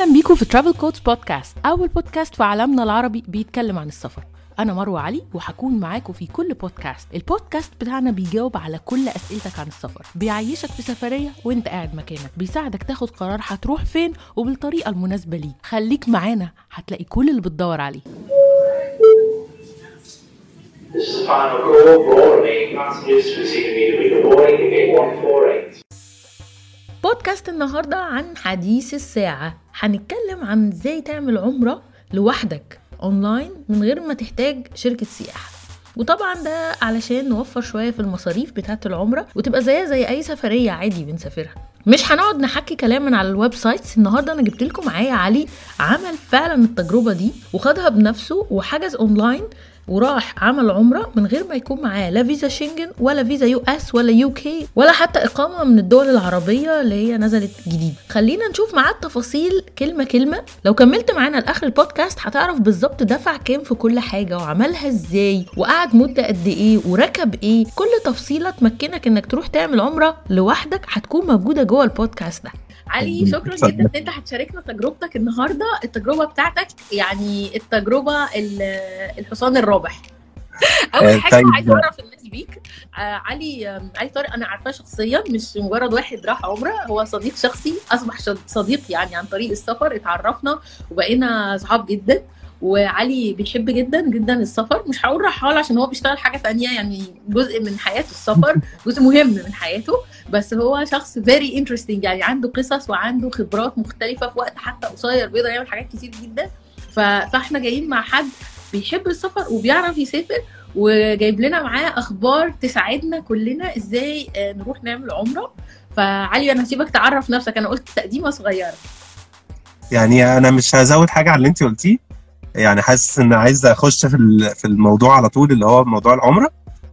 أهلا بيكم في ترافل كودز بودكاست، أول بودكاست في عالمنا العربي بيتكلم عن السفر. أنا مروة علي وحكون معاكم في كل بودكاست. البودكاست بتاعنا بيجاوب على كل أسئلتك عن السفر، بيعيشك في سفرية وانت قاعد مكانك، بيساعدك تاخد قرار هتروح فين وبالطريقة المناسبة ليك. خليك معانا هتلاقي كل اللي بتدور عليه. This is the final call for all remaining passengers receiving immediately boarding in 148. بودكاست النهاردة عن حديث الساعة. هنتكلم عن ازاي تعمل عمرة لوحدك اونلاين من غير ما تحتاج شركة سياحة، وطبعا ده علشان نوفر شوية في المصاريف بتاعة العمرة وتبقى زي اي سفرية عادي بنسافرها. مش هنقعد نحكي كلام من على الويب سايتس. النهاردة انا جبت لكم معايا علي عمل فعلا التجربة دي وخدها بنفسه وحجز اونلاين وراح عمل عمرة من غير ما يكون معاه لا فيزا شنجن ولا فيزا يو اس ولا يو كي ولا حتى إقامة من الدول العربية اللي هي نزلت جديد. خلينا نشوف معاه التفاصيل كلمة كلمة. لو كملت معانا لآخر البودكاست هتعرف بالظبط دفع كام في كل حاجة وعملها ازاي وقعد مدة قد ايه وركب ايه. كل تفصيلة تمكنك انك تروح تعمل عمرة لوحدك هتكون موجودة جوه البودكاست ده. علي، شكرا جدا ان انت هتشاركنا تجربتك النهارده. التجربه بتاعتك يعني التجربه الحصان الرابح. اول حاجه عايز اعرف الناس بيك. علي طارق انا عارفاه شخصيا، مش مجرد واحد راح عمره، هو صديق شخصي، اصبح صديق يعني عن طريق السفر. اتعرفنا وبقينا صحاب جدا، وعلي بيحب جدا جدا السفر. مش هقول رحال عشان هو بيشتغل حاجه تانية، يعني جزء من حياته السفر، جزء مهم من حياته، بس هو شخص very interesting، يعني عنده قصص وعنده خبرات مختلفه في وقت حتى قصير، بيقدر يعمل حاجات كتير جدا. فاحنا جايين مع حد بيحب السفر وبيعرف يسافر، وجايب لنا معاه اخبار تساعدنا كلنا ازاي نروح نعمل عمره. فعلي انا هسيبك تعرف نفسك، انا قلت تقديمه صغيره. يعني انا مش هزود حاجه على اللي انت قلتيه، يعني حاسس ان عايز اخش في الموضوع على طول اللي هو موضوع العمره،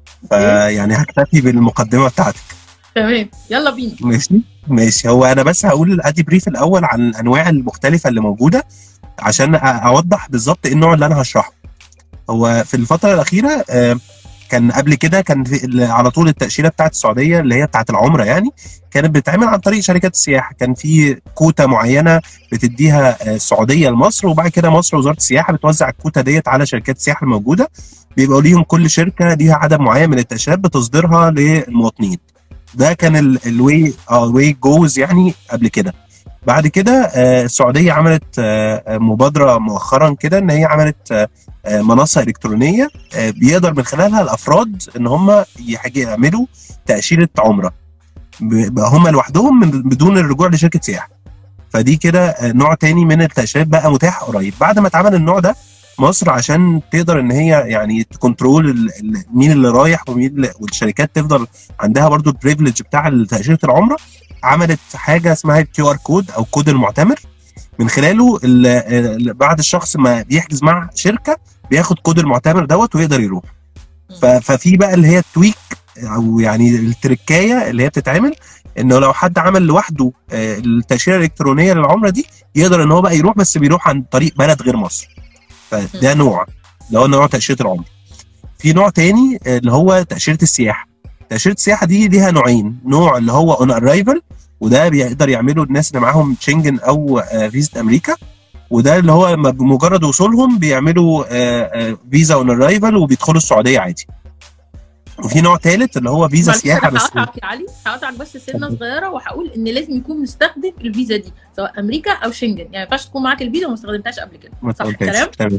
فيعني هكتفي بالمقدمه بتاعتك. تمام، يلا بينا. ماشي. هو انا بس هقول ادي بريف الاول عن الانواع المختلفه اللي موجوده عشان اوضح بالظبط ايه النوع اللي انا هشرحه. هو في الفتره الاخيره كان قبل كده كان على طول التاشيره بتاعت السعوديه اللي هي بتاعت العمره، يعني كانت بتتعمل عن طريق شركات السياحه. كان في كوتا معينه بتديها السعوديه لمصر، وبعد كده مصر وزاره السياحه بتوزع الكوتا ديت على شركات السياحه الموجوده. بيبقوا ليهم كل شركه ليها عدد معين من التاشيرات بتصدرها للمواطنين. ده كان الواي جوز يعني قبل كده. بعد كده السعوديه عملت مبادره مؤخرا كده ان هي عملت منصه الكترونيه بيقدر من خلالها الافراد ان هم يعملوا تاشيره عمره هم لوحدهم بدون الرجوع لشركه سياحه. فدي كده نوع تاني من التاشيرات بقى متاح قريب. بعد ما اتعمل النوع ده، مصر عشان تقدر ان هي يعني تكنترول مين اللي رايح ومين والشركات تفضل عندها برضو البريفليج بتاع تاشيره العمره، عملت حاجه اسمها الكيو ار كود او كود المعتمر. من خلاله بعد الشخص ما بيحجز مع شركه بياخد كود المعتمر دوت ويقدر يروح. ففي بقى اللي هي التويك او يعني التركايه اللي هي بتتعمل انه لو حد عمل لوحده التاشيره الالكترونيه للعمره دي يقدر ان هو بقى يروح، بس بيروح عن طريق بلد غير مصر. فده نوع اللي هو نوع تاشيره العمره. في نوع تاني اللي هو تاشيره السياحه. تاشيره السياحه دي ليها نوعين، نوع اللي هو اون ارايفل، وده بيقدر يعملوا الناس اللي معاهم شنجن او فيزا امريكا، وده اللي هو بمجرد وصولهم بيعملوا فيزا اون ارايفل وبيدخلوا السعوديه عادي. وفي نوع ثالث اللي هو فيزا سياحه. بس هقطعك يا علي، هقطعك بس سنه صغيره وهقول ان لازم يكون مستخدم الفيزا دي سواء امريكا او شنجن، يعني ما ينفعش تكون معاك الفيزا وما استخدمتهاش قبل كده، صح الكلام؟ تمام.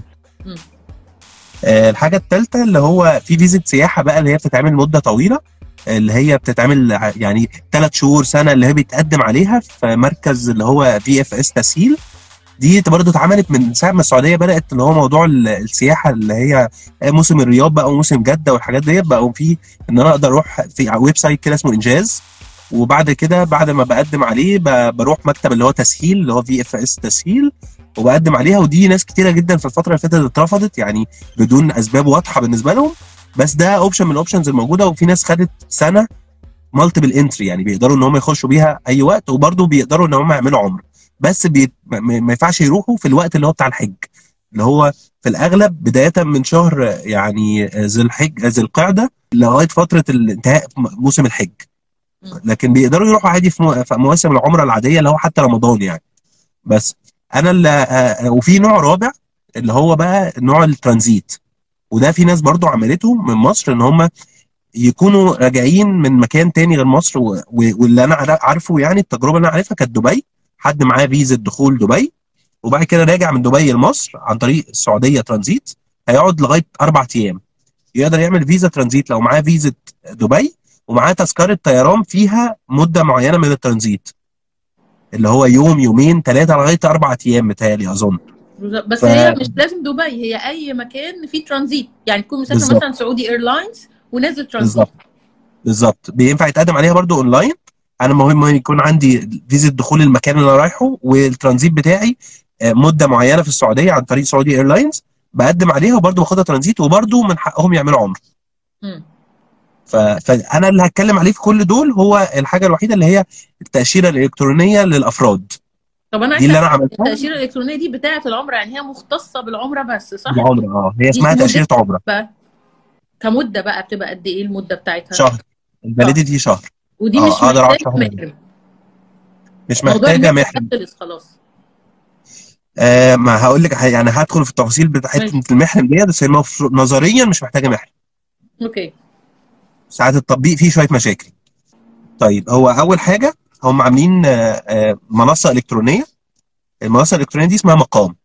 الحاجه الثالثه اللي هو في فيزا سياحه بقى اللي هي بتتعمل مده طويله، اللي هي بتتعمل يعني 3 شهور سنه، اللي هي بيتقدم عليها في مركز اللي هو VFS تسهيل. دي برضه اتعملت من ساعه ما السعوديه بدات اللي هو موضوع السياحه اللي هي موسم الرياض بقى وموسم جده والحاجات ديت، بقوا في ان انا اقدر اروح في ويب سايت كده اسمه انجاز، وبعد كده بعد ما بقدم عليه بروح مكتب اللي هو تسهيل اللي هو VFS تسهيل وبقدم عليها. ودي ناس كتيره جدا في الفتره اللي فاتت اترفضت يعني بدون اسباب واضحه بالنسبه لهم، بس ده اوبشن من الاوبشنز الموجوده. وفي ناس خدت سنه مالتيبل انتري، يعني بيقدروا ان هم يخشوا بيها اي وقت، وبرضه بيقدروا ان هم يعملوا عمره، بس ما ينفعش يروحوا في الوقت اللي هو بتاع الحج، اللي هو في الاغلب بدايه من شهر يعني ذي القعده لغايه فتره الانتهاء موسم الحج. لكن بيقدروا يروحوا عادي في مواسم العمره العاديه اللي هو حتى رمضان يعني. بس انا اللي وفي نوع رابع اللي هو بقى نوع الترانزيت، وده في ناس برضو عملته من مصر، ان هم يكونوا راجعين من مكان تاني غير مصر واللي انا عارفه يعني التجربه اللي انا عارفها كانت دبي. حد معاه فيزا دخول دبي، وبعد كده راجع من دبي لمصر عن طريق السعوديه ترانزيت، هيقعد لغايه 4 ايام. يقدر يعمل فيزا ترانزيت لو معاه فيزا دبي ومعاه تذكره طيران فيها مده معينه من الترانزيت، اللي هو يوم يومين 3 لغايه 4 ايام متهيألي اظن. بس هي مش لازم دبي، هي اي مكان فيه ترانزيت، يعني تكون مسافر بالظبط مثلا سعودي ايرلاينز ونازل ترانزيت. بالظبط بالظبط بينفع يتقدم عليها برضو اونلاين. انا مهم يكون عندي فيزا دخول المكان اللي انا رايحه، والترانزيت بتاعي مده معينه في السعوديه عن طريق سعودي ايرلاينز، بقدم عليها وبرضو باخدها ترانزيت، وبرضو من حقهم يعملوا عمره. مم. فانا اللي هتكلم عليه في كل دول هو الحاجه الوحيده اللي هي التاشيره الالكترونيه للافراد. طب انا دي عايزه اللي انا افهم، عملتها. التاشيره الالكترونيه دي بتاعه العمره، يعني هي مختصه بالعمره بس، صح؟ العمره هي دي اسمها تاشيره مدتها عمره. بقى كمده بقى بتبقى قد ايه المده بتاعتها؟ شهر، شهر. الفاليديتي شهر. ودي مش اقدر اقعد محتاجه شهر، محرم؟ مش موضوع محتاجه المحرم ده محرم. خلص خلاص؟ ما هقول لك يعني هدخل في التفاصيل بتاعت ماشي. المحرم دي، بس هي نظريا مش محتاجه محرم. اوكي. ساعات التطبيق فيه شويه مشاكل. طيب هو اول حاجه هم عاملين منصه الكترونيه. المنصه الالكترونيه دي اسمها مقام.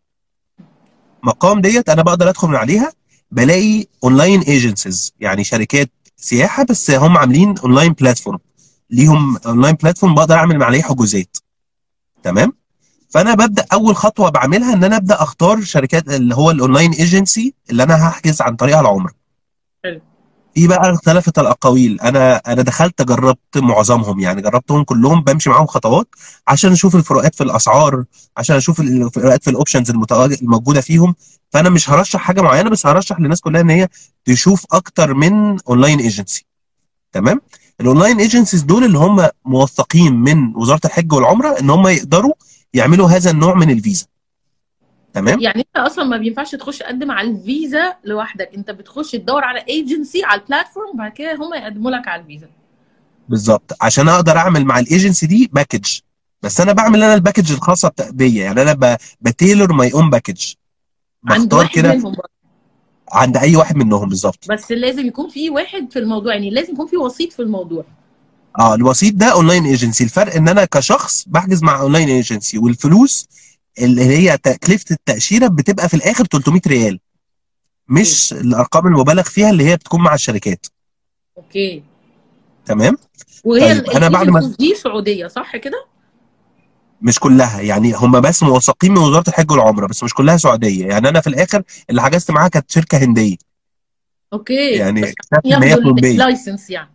مقام ديت انا بقدر ادخل من عليها، بلاقي اونلاين ايجنسيز، يعني شركات سياحه بس هم عاملين اونلاين بلاتفورم، ليهم اونلاين بلاتفورم بقدر اعمل من عليه حجوزات. تمام. فانا ببدا اول خطوه بعملها ان انا ابدا اختار شركات اللي هو الاونلاين ايجنسي اللي انا هحجز عن طريقها العمره. حلو. في بقى اختلفت الاقاويل. انا دخلت جربت معظمهم، يعني جربتهم كلهم، بمشي معاهم خطوات عشان اشوف الفروقات في الاسعار، عشان اشوف الفروقات في الاوبشنز الموجوده فيهم. فانا مش هرشح حاجه معينه، بس هرشح للناس كلها ان هي تشوف اكتر من اونلاين ايجنسي. تمام. الاونلاين ايجنسيز دول اللي هم موثقين من وزاره الحج والعمره ان هم يقدروا يعملوا هذا النوع من الفيزا. تمام. يعني انت اصلا ما بينفعش تخش تقدم على الفيزا لوحدك، انت بتخش تدور على ايجنسي على البلاتفورم، وبعد كده هم يقدموا لك على الفيزا. بالظبط، عشان اقدر اعمل مع الايجنسي دي باكج. بس انا بعمل انا الباكج الخاصه بيا، يعني انا بتيلر ماي اون باكج، عند بختار واحد كده منهم بقى. عند اي واحد منهم بالظبط. بس لازم يكون في واحد في الموضوع، يعني لازم يكون في وسيط في الموضوع. الوسيط ده اونلاين ايجنسي. الفرق ان انا كشخص بحجز مع اونلاين ايجنسي، والفلوس اللي هي تكلفه التاشيره بتبقى في الاخر 300 ريال، اوكي. مش الارقام المبالغ فيها اللي هي بتكون مع الشركات. اوكي. تمام. وهي طيب انا بعد ما الايجنسيز دي سعوديه، صح كده؟ مش كلها، يعني هم بس موثقين من وزاره الحج والعمره، بس مش كلها سعوديه. يعني انا في الاخر اللي حجزت معاها كانت شركه هنديه، اوكي، يعني بس اكتشفت ان هي ياخدوا في مومباي. اللايسنس يعني.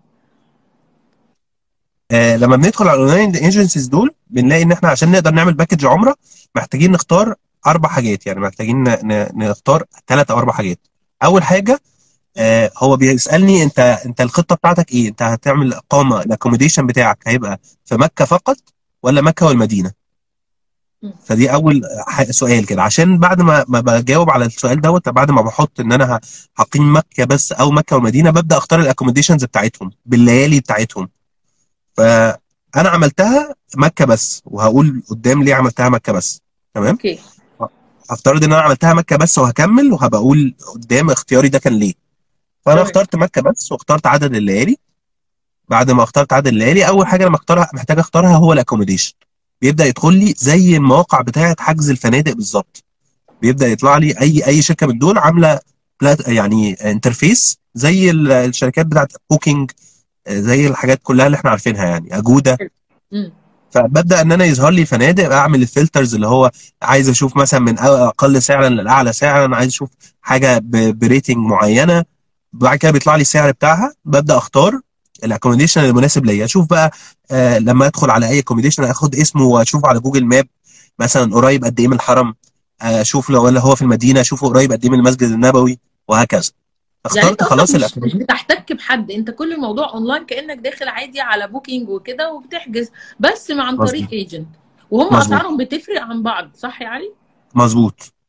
لما بندخل على الاونلاين ايجنسيز دول بنلاقي ان احنا عشان نقدر نعمل باكج عمره محتاجين نختار 4 حاجات، يعني محتاجين نختار 3 او 4 حاجات. اول حاجه هو بيسالني انت الخطه بتاعتك ايه؟ انت هتعمل اقامه، الاكوموديشن بتاعك هيبقى في مكه فقط ولا مكه والمدينه؟ فدي اول سؤال كده. عشان بعد ما بجاوب على السؤال دوت، بعد ما بحط ان انا هقيم مكه بس او مكه والمدينه، ببدا اختار الاكوموديشنز بتاعتهم بالليالي بتاعتهم. فانا عملتها مكه بس، وهقول قدام ليه عملتها مكه بس. تمام. اوكي. هفترض ان انا عملتها مكه بس وهكمل، وهبقى اقول قدام اختياري ده كان ليه. فانا تمام. اخترت مكه بس واخترت عدد الليالي. بعد ما اخترت عدد الليالي، اول حاجه انا محتاج اختارها هو الاكوموديشن. بيبدا يدخل لي زي المواقع بتاعه حجز الفنادق بالظبط. بيبدا يطلع لي اي شركه من دول عامله يعني انترفيس زي الشركات بتاعه بوكينج، زي الحاجات كلها اللي احنا عارفينها، يعني اجوده. امم. فببدا ان انا يظهر لي فنادق، اعمل الفلترز اللي هو عايز اشوف مثلا من اقل سعرا للاعلى سعرا، عايز اشوف حاجه بريتنج معينه. بعد كده بيطلع لي السعر بتاعها، ببدا اختار الاكوموديشن المناسب ليا. اشوف بقى لما ادخل على اي اكوموديشن اخد اسمه واشوف على جوجل ماب مثلا قريب قد ايه من الحرم. اشوف لو ولا هو في المدينه اشوفه قريب قد ايه من المسجد النبوي، وهكذا. يعني انت اخترت اصلا خلاص مش الاكوموديشن. بتحتك بحد، انت كل الموضوع اونلاين، كانك داخل عادي على بوكينج وكده وبتحجز، بس عن طريق مظبوط ايجنت. وهم مظبوط اسعارهم بتفرق عن بعض، صح يا علي؟ مظبوط.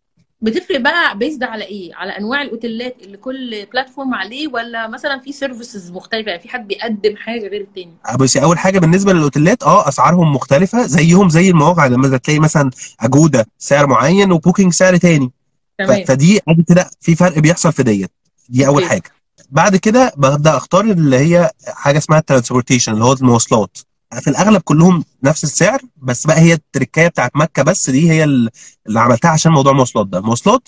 بتفرق بقى بيزد على ايه؟ على انواع الاوتيلات اللي كل بلاتفورم عليه، ولا مثلا في سيرفيسز مختلفه؟ يعني في حد بيقدم حاجه غير التاني؟ بس اول حاجه بالنسبه للاوتيلات اسعارهم مختلفه زيهم زي المواقع، لما تلاقي مثلا اجوده سعر معين وبوكينج سعر تاني. تمام. فدي ادي كده في فرق بيحصل في دي اول اوكي. حاجه. بعد كده ببدا اختار اللي هي حاجه اسمها الترانسبورتيشن اللي هو المواصلات. في الاغلب كلهم نفس السعر، بس بقى هي التركايه بتاعت مكه بس دي هي اللي عملتها عشان موضوع المواصلات ده. المواصلات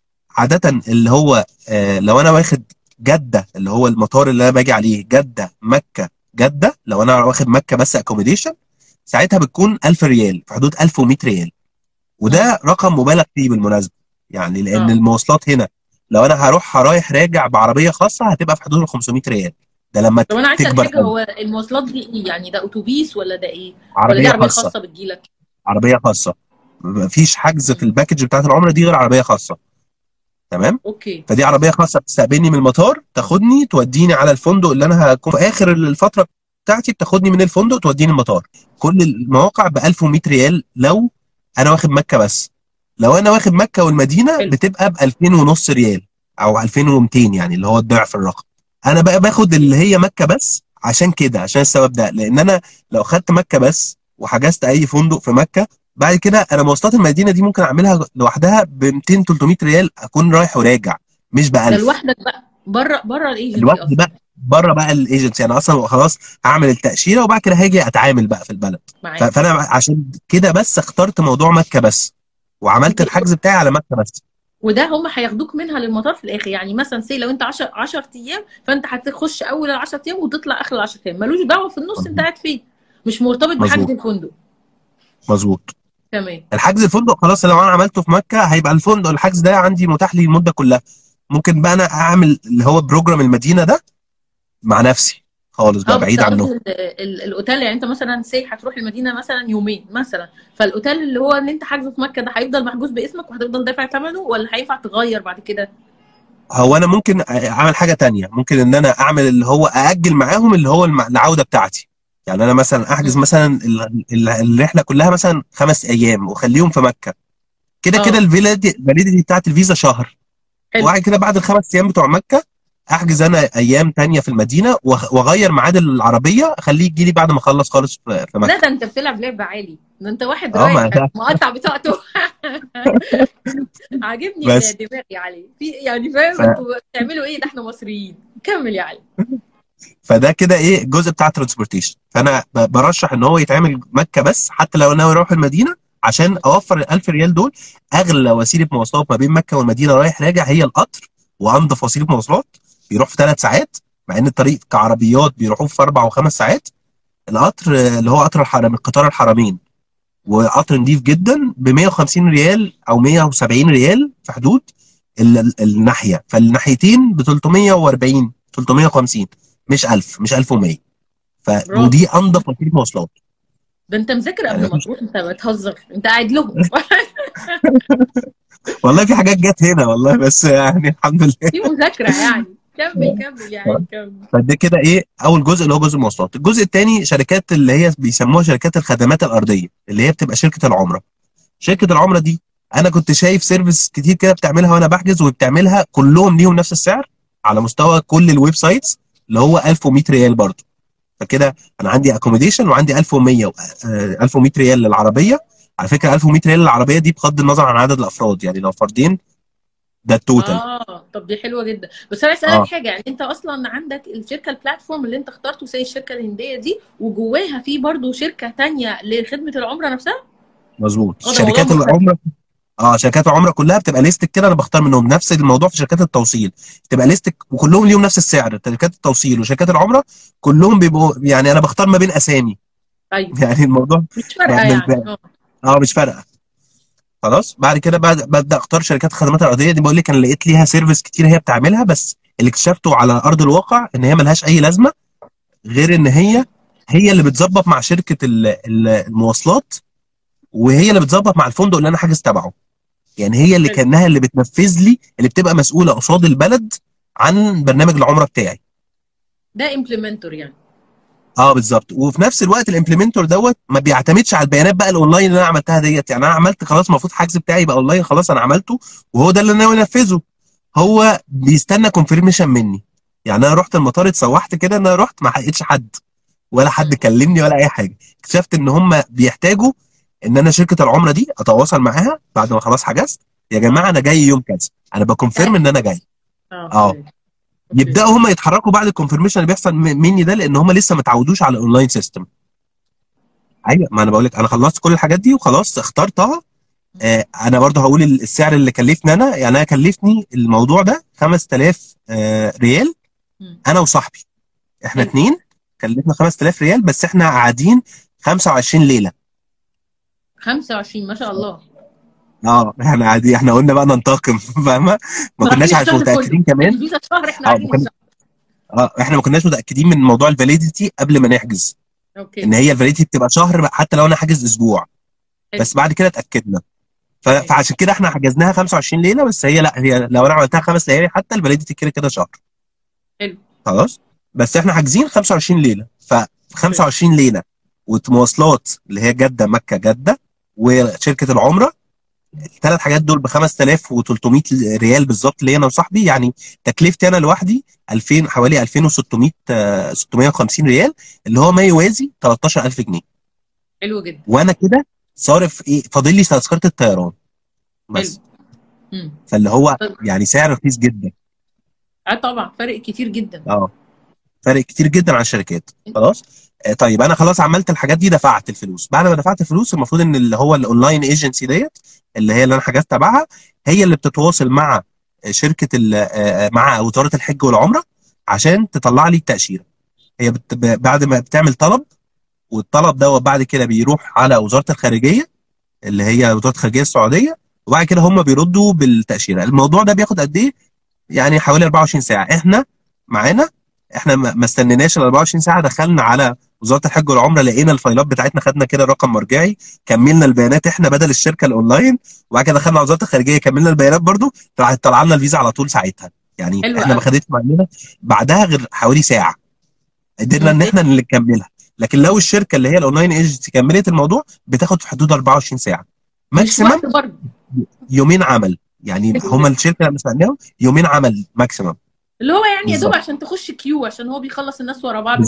عاده اللي هو لو انا واخد جده اللي هو المطار اللي انا باجي عليه جده مكه جده، لو انا واخد مكه بس اكوموديشن ساعتها بتكون 1000 ريال، في حدود 1100 ريال. امم. وده رقم مبالغ فيه بالمناسبه، يعني لان اه. المواصلات هنا لو انا هروح رايح راجع بعربيه خاصه هتبقى في حدود ال 500 ريال، ده لما طب انا عايزه اسال تكبر حاجه، قوي. هو المواصلات دي ايه يعني؟ ده اتوبيس ولا ده ايه؟ ولا دي عربيه عربيه خاصه، خاصه بتجيلك؟ عربيه خاصه. مفيش حجز في مم. الباكج بتاعت العمره دي غير عربيه خاصه. تمام. اوكي. فدي عربيه خاصه بتستقبلني من المطار، تاخدني توديني على الفندق اللي انا هكون في اخر الفتره بتاعتي، بتاخدني من الفندق توديني المطار. كل المواقع ب 1100 ريال لو انا واخد مكه بس. لو انا واخد مكه والمدينه حلو. بتبقى ب 2000 ونص ريال او 2200، يعني اللي هو الضعف الرقم. انا بقى باخد اللي هي مكه بس عشان كده، عشان السبب ده، لان انا لو خدت مكه بس وحجزت اي فندق في مكه، بعد كده انا مواصلات المدينه دي ممكن اعملها لوحدها ب 200 300 ريال اكون رايح وراجع، مش ب ده 1000. لوحدك بقى، بره الايجنسي الوقت اصلا؟ بقى بره بقى الايجنسي، انا اصلا خلاص هعمل التاشيره وبعد كده هاجي اتعامل بقى في البلد. معاك. فانا عشان كده بس اخترت موضوع مكه بس، وعملت اوكي. الحجز بتاعي على مكه بس. وده هم هياخدوك منها للمطار في الاخر؟ يعني مثلا سي لو انت 10 ايام، فانت هتخش اول ال 10 ايام وتطلع اخر ال 10 ايام، ملوش دعوه في النص انت مظبوط، قاعد فين، مش مرتبط بحجز مظبوط، الفندق. مظبوط. تمام. الحجز الفندق خلاص لو انا عملته في مكه هيبقى الفندق الحجز ده عندي متاح لي المده كلها. ممكن بقى انا اعمل اللي هو بروجرام المدينه ده مع نفسي خالص اه بقى بس بعيد عنه. قصدي الاوتيل، يعني انت مثلا سي هتروح المدينه مثلا يومين مثلا، فالاوتيل اللي هو اللي انت حاجزه في مكه ده هيفضل محجوز باسمك وهتفضل دافع ثمنه، ولا هينفع تغير بعد كده؟ هو انا ممكن اعمل حاجه تانية، ممكن ان انا اعمل اللي هو ااجل معاهم اللي هو العوده بتاعتي. يعني انا مثلا احجز مم. مثلا الرحله كلها مثلا 5 ايام واخليهم في مكه. كده كده اه. الفاليديتي بتاعت الفيزا شهر. حلو. وبعد كده بعد ال5 ايام بتوع مكه احجز انا ايام تانية في المدينه واغير ميعاد العربيه اخليه يجي لي بعد ما اخلص خالص في لا مكه. ده انت بتلعب لعبه عالي، ده انت واحد اه رايح ما ده مقطع بطاقته. عاجبني بس. الدماغ يا علي، في يعني فاهم انتوا بتعملوا ايه؟ ده احنا مصريين. كمل يا علي. فده كده ايه الجزء بتاع الترانسبورتيشن. فانا برشح ان هو يتعمل مكه بس حتى لو انا اروح المدينه عشان اوفر ال 1000 ريال دول. اغلى وسيله مواصلات ما بين مكه والمدينه رايح راجع هي القطر، وانضف وسيله مواصلات بيروح في 3 ساعات، مع ان الطريق كعربيات بيروحوا في 4 و5 ساعات. القطر اللي هو قطر الحرم، قطار الحرمين، وقطر نضيف جدا ب 150 ريال او 170 ريال في حدود الناحيه، فالناحيتين ب 340 350، مش 1000 مش 1100. برافو. ودي انضف وسيله مواصلات. ده انت مذاكر يعني قبل ما مفيش. تروح، انت بتهزر، انت قاعد لهم. والله في حاجات جت هنا والله، بس يعني الحمد لله. في مذاكره يعني. كمل كمل يا علي كمل. فده كده ايه اول جزء اللي هو جزء المواصلات. الجزء الثاني شركات اللي هي بيسموها شركات الخدمات الارضيه، اللي هي بتبقى شركه العمره. شركه العمره دي انا كنت شايف سيرفيس كتير كده بتعملها وانا بحجز، وبتعملها كلهم ليهم نفس السعر على مستوى كل الويب سايتس، اللي هو 1100 ريال برضه. فكده انا عندي اكوموديشن وعندي 1100 1100 ريال للعربيه. على فكره 1100 ريال للعربيه دي بغض النظر عن عدد الافراد، يعني لو فردين ده التوتال. اه طب دي حلوه جدا. بس انا اسالك اه حاجه، يعني انت اصلا عندك الشركه البلاتفورم اللي انت اخترته زي الشركه الهنديه دي، وجواها في برضو شركه تانية لخدمه العمره نفسها؟ مظبوط. اه ده موضوع شركات مختلف. العمره، شركات العمره كلها بتبقى ليستك كده، انا بختار منهم. نفس الموضوع في شركات التوصيل، بتبقى ليستك وكلهم ليهم نفس السعر. شركات التوصيل وشركات العمره كلهم بيبقوا، يعني انا بختار ما بين اسامي. ايوه. يعني الموضوع مش فارقه يعني اه. مش فارقه. خلاص بعد كده ببدا اختار شركات الخدمات الارضيه دي. بقول لك انا لقيت ليها سيرفيس كتير هي بتعملها، بس اللي اكتشفته على ارض الواقع ان هي ملهاش اي لازمه، غير ان هي اللي بتظبط مع شركه المواصلات، وهي اللي بتظبط مع الفندق اللي انا حاجز تبعه. يعني هي اللي حلو. كانها اللي بتنفذ لي، اللي بتبقى مسؤوله قصاد البلد عن برنامج العمره بتاعي. ده امبلمنتور يعني؟ بالظبط. وفي نفس الوقت الامبلمنتور دوت ما بيعتمدش على البيانات بقى الاونلاين اللي انا عملتها ديت. يعني انا عملت خلاص، المفروض حجز بتاعي يبقى اونلاين خلاص، انا عملته وهو ده اللي انا ناوي انفذه. هو بيستنى كونفirmation مني. يعني انا رحت المطار اتسوحت كده، انا رحت ما لقيتش حد ولا حد كلمني ولا اي حاجه. اكتشفت ان هم بيحتاجوا ان انا شركه العمره دي اتواصل معاها بعد ما خلاص حجزت، يا جماعه انا جاي يوم كذا، انا بكونفيرم ان انا جاي. اه يبداوا هم يتحركوا بعد الكونفirmation اللي بيحصل مني ده، لان هم لسه ما اتعودوش على الاونلاين سيستم. ايوه، ما انا بقول لك انا خلصت كل الحاجات دي وخلاص اخترتها. انا برضه هقول السعر اللي كلفني انا. يعني انا كلفني الموضوع ده 5000 ريال، انا وصاحبي احنا اتنين كلفنا 5000 ريال، بس احنا قاعدين 25 ليله. 25 ما شاء الله. احنا قاعدين، احنا قلنا بقى ننتقم فاهمه. ما كناش عارفين متاكدين كمان. الفيزا شهر احنا قاعدين الشهر. احنا ما كناش متاكدين من موضوع الفاليديتي قبل ما نحجز. اوكي. ان هي الفاليديتي بتبقى شهر حتى لو انا حاجز اسبوع. بس بعد كده اتاكدنا. فعشان كده احنا حجزناها 25 ليله بس. هي لا، هي لو انا عملتها 5 ليالي حتى الفاليديتي كده كده شهر. حلو. خلاص. بس احنا حاجزين 25 ليله، ف 25 ليله ومواصلات اللي هي جده مكه جده وشركه العمره. الثلاث حاجات دول ب 5300 ريال بالظبط ليا انا وصاحبي. يعني تكلفتي انا لوحدي 2000، حوالي 2600 650 ريال، اللي هو ما يوازي 13000 جنيه. حلو جدا. وانا كده صارف ايه، فاضل لي تذكره الطيران بس. فاللي هو يعني سعر رخيص جدا. طبعا فرق كتير جدا. فرق كتير جدا عن الشركات. خلاص. طيب انا خلاص عملت الحاجات دي، دفعت الفلوس. بعد ما دفعت الفلوس المفروض ان اللي هو الاونلاين ايجنسي ديت، اللي هي اللي انا حجزت تبعها، هي اللي بتتواصل مع شركه مع وزاره الحج والعمره عشان تطلع لي التاشيره. هي بعد ما بتعمل طلب، والطلب دوت بعد كده بيروح على وزاره الخارجيه اللي هي وزاره الخارجيه السعوديه، وبعد كده هم بيردوا بالتاشيره. الموضوع ده بياخد قد ايه؟ يعني حوالي 24 ساعه. احنا ما استنيناش ال 24 ساعه، دخلنا على وزاره الحج والعمره، لقينا الفايلات بتاعتنا، خدنا كده رقم مرجعي، كملنا البيانات احنا بدل الشركه الاونلاين، وبعد كده دخلنا على وزاره الخارجيه كملنا البيانات برضو، راحت طلع لنا الفيزا على طول ساعتها. يعني احنا ما خدتش معانا بعدها غير حوالي ساعه قدرنا ان احنا اللي نكملها. لكن لو الشركه اللي هي الاونلاين ايجنسي كملت الموضوع بتاخد في حدود 24 ساعه ماكسيمم، يومين عمل. يعني هما الشركه لما سالناهم يومين عمل ماكسيمم، اللي هو يعني يا دوب عشان تخش كيو، عشان هو بيخلص الناس ورا بعض.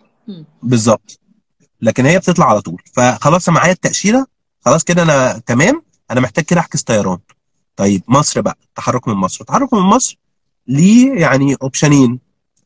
بالظبط. لكن هي بتطلع على طول. فخلاص معايا التاشيره، خلاص كده انا تمام. انا محتاج كده احجز طيران. طيب مصر بقى، التحرك من مصر ليه يعني اوبشنين.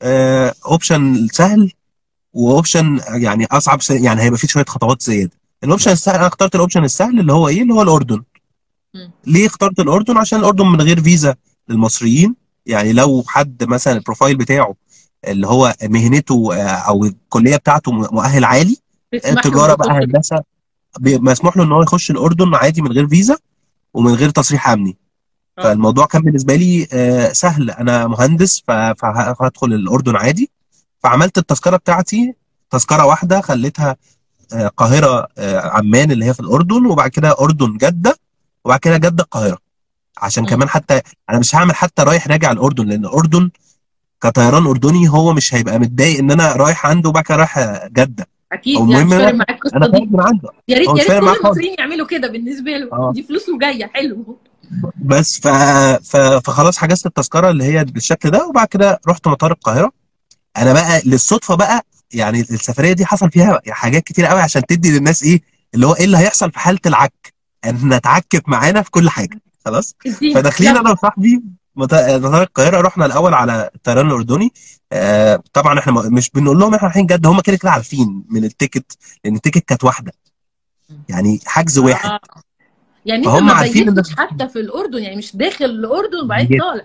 اوبشن سهل واوبشن يعني اصعب. يعني هيبقى فيه شويه خطوات زياده. الاوبشن السهل، انا اخترت الاوبشن السهل اللي هو ايه، اللي هو الاردن. ليه اخترت الاردن؟ عشان الاردن من غير فيزا للمصريين. يعني لو حد مثلا البروفايل بتاعه اللي هو مهنته او الكليه بتاعته مؤهل عالي، تجاره بقى، هندسه، مسموح له ان هو يخش الاردن عادي من غير فيزا ومن غير تصريح امني. فالموضوع كان بالنسبه لي سهل. انا مهندس فهدخل الاردن عادي. فعملت التذكره بتاعتي تذكره واحده، خليتها القاهره عمان اللي هي في الاردن، وبعد كده اردن جده، وبعد كده جده القاهره. عشان كمان حتى انا مش هعمل حتى رايح راجع الاردن، لان الاردن كطيران اردني هو مش هيبقى متضايق ان انا رايح عنده وبعد كده رايح جده. اكيد يعني مش فارق معاك القصه دي. من عنده. يا ريت كل المصريين يعملوا كده بالنسبه له. دي فلوسه جايه حلو. بس فخلاص حجزت التذكره اللي هي بالشكل ده، وبعد كده رحت مطار القاهره. انا بقى للصدفه بقى، يعني السفريه دي حصل فيها حاجات كتير قوي عشان تدي للناس ايه اللي هو ايه اللي هيحصل في حاله العك، ان اتعكف معانا في كل حاجه. خلاص. فداخلين انا وصاحبي مطار القاهره، رحنا الاول على الطيران الاردني. طبعا احنا مش بنقول لهم احنا رايحين جده، هم كده كده عارفين من التيكت، لان التيكت كانت واحده، يعني حجز واحد. يعني انت ما بيتش حتى في الاردن، يعني مش داخل الاردن وبعدين طالع؟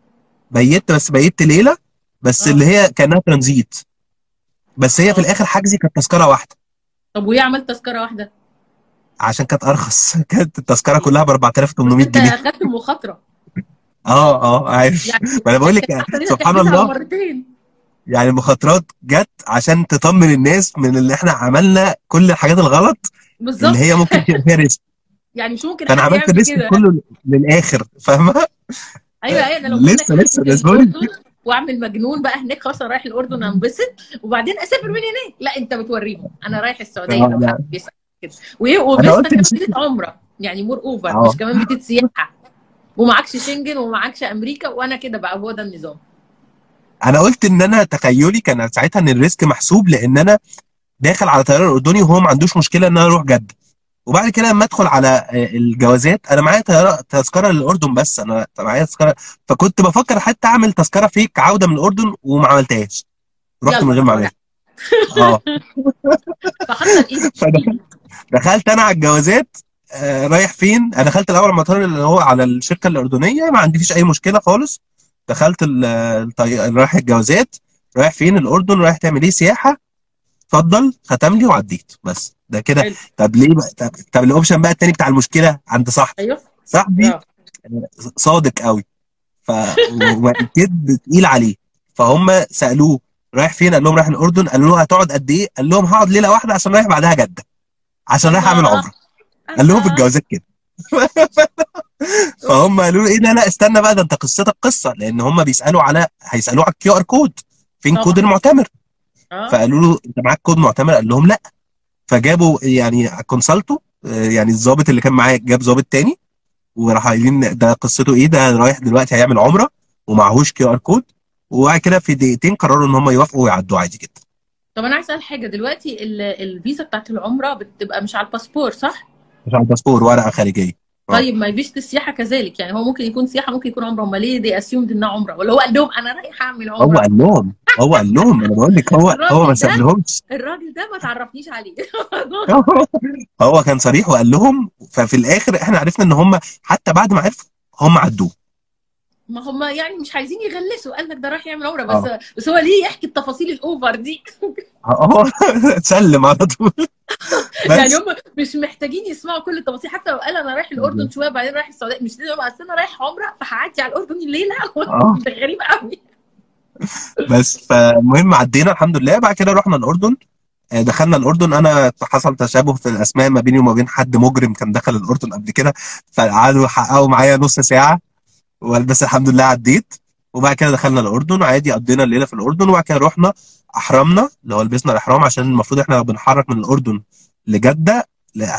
بيت ليله بس اللي هي كانها ترانزيت. بس هي في الاخر حجزي كانت تذكره واحده. طب وليه عملت تذكره واحده؟ عشان كانت ارخص. كانت التذكره كلها ب 4800 جنيه. انت اخدت المخاطره. عارف. يعني ما انا بقول لك سبحان الله مرتين. يعني المخاطرات جت عشان تطمن الناس من اللي احنا عملنا كل الحاجات الغلط بالزبط. اللي هي ممكن تبقى فيها ريسك. يعني مش ممكن فانا عملت الريسك كله للاخر، فاهمه؟ ايوه انا لو لسه واعمل مجنون بقى هناك، خلاص انا رايح الاردن انبسط وبعدين اسافر من هناك. لا، انت بتوريهم انا رايح السعوديه لو حد لا بيسال كده. انا وفيزتك قلت كمان لست. فيزة عمره، يعني مور اوفر، مش اه كمان فيزة سياحه. ومعكش شنجن ومعكش امريكا، وانا كده بقى هو ده النظام. انا قلت ان انا تخيلي كان ساعتها ان الريسك محسوب، لان انا داخل على طيران اردني وهو ما عندوش مشكله ان انا اروح جده. وبعد كده لما ادخل على الجوازات، انا معايا تذكره للاردن، بس انا معايا تذكره. فكنت بفكر حتى اعمل تذكره فيك عوده من الاردن وما عملتهاش، رحت من يلا غير بقى ما وجع. اعملها. اه فحصل ايه بقى؟ احكيلي. فدخلت انا على الجوازات. رايح فين؟ انا دخلت الاول على المطار اللي هو على الشركه الاردنيه، ما عنديش اي مشكله خالص. دخلت رايح الجوازات. رايح فين؟ الاردن. رايح تعمل ايه؟ سياحه. اتفضل، ختم لي وعديت، بس ده كده. حلو. طب ليه بقى؟ طب الاوبشن بقى التاني بتاع المشكله عند صاحبي. ايوه. صاحبي اه. صادق قوي، وكذب تقيل عليه. فهم سالوه رايح فين؟ قال لهم رايح الاردن. قالوا له هتقعد قد ايه؟ قال لهم هقعد ليله واحده عشان رايح بعدها جده، عشان رايح اعمل الله. عمره. قال لهم في الله. الجوازات كده. اوف. فهم قالوا له ايه؟ لا لا استنى بقى، ده انت قصتك قصه، لان هم هيسالوه على الكيو ار كود، فين كود طبعا. المعتمر. اه. فقالوا له انت معاك كود معتمر؟ قال لهم لا. فجابوا يعني كونسلتو، يعني الضابط اللي كان معايا جاب ضابط تاني، وراح قايلين ده قصته ايه، ده رايح دلوقتي هيعمل عمره ومعهوش كيو ار كود. وبعد كده في دقيقتين قرروا ان هم يوافقوا ويعدوا عادي جدا. طب انا عايز اسال حاجه دلوقتي، الفيزا بتاعت العمره بتبقى مش على الباسبور صح؟ مش على الباسبور، ورقه خارجيه. اه طيب ما فيزا السياحه كذلك، يعني هو ممكن يكون سياحه ممكن يكون عمره، امال ليه دي اسيومد انها عمره؟ ولا هو قال لهم انا رايح اعمل هو عمره؟ قال لهم هو قال لهم انا بقول لك، هو ما الراجل ده، سابلهمش. الراجل ده ما تعرفنيش عليه. هو كان صريح وقال لهم. ففي الاخر احنا عرفنا ان هم حتى بعد ما عرفوا هم عدوه. ما هم يعني مش عايزين يغلسوا، قال لك ده رايح يعمل عمره بس. اه بس هو ليه يحكي التفاصيل الاوفر دي؟ هو سلم على طول. يعني بس هم مش محتاجين يسمعوا كل التفاصيل، حتى لو قال انا رايح الاردن شويه بعدين رايح السعوديه، مش لازم اصل انا رايح عمره فهعدي على الاردن الليله. اه ده غريب قوي. بس فالمهم عدينا الحمد لله. بعد كده رحنا الاردن. دخلنا الاردن. انا حصل تشابه في الاسماء ما بيني وما بين حد مجرم كان دخل الاردن قبل كده، فقعدوا يحققوا معايا نص ساعه، بس الحمد لله عديت. وبعد كده دخلنا الاردن عادي، قضينا الليله في الاردن. وبعد كده رحنا احرمنا، اللي هو لبسنا الاحرام، عشان المفروض احنا بنحرك من الاردن لجده.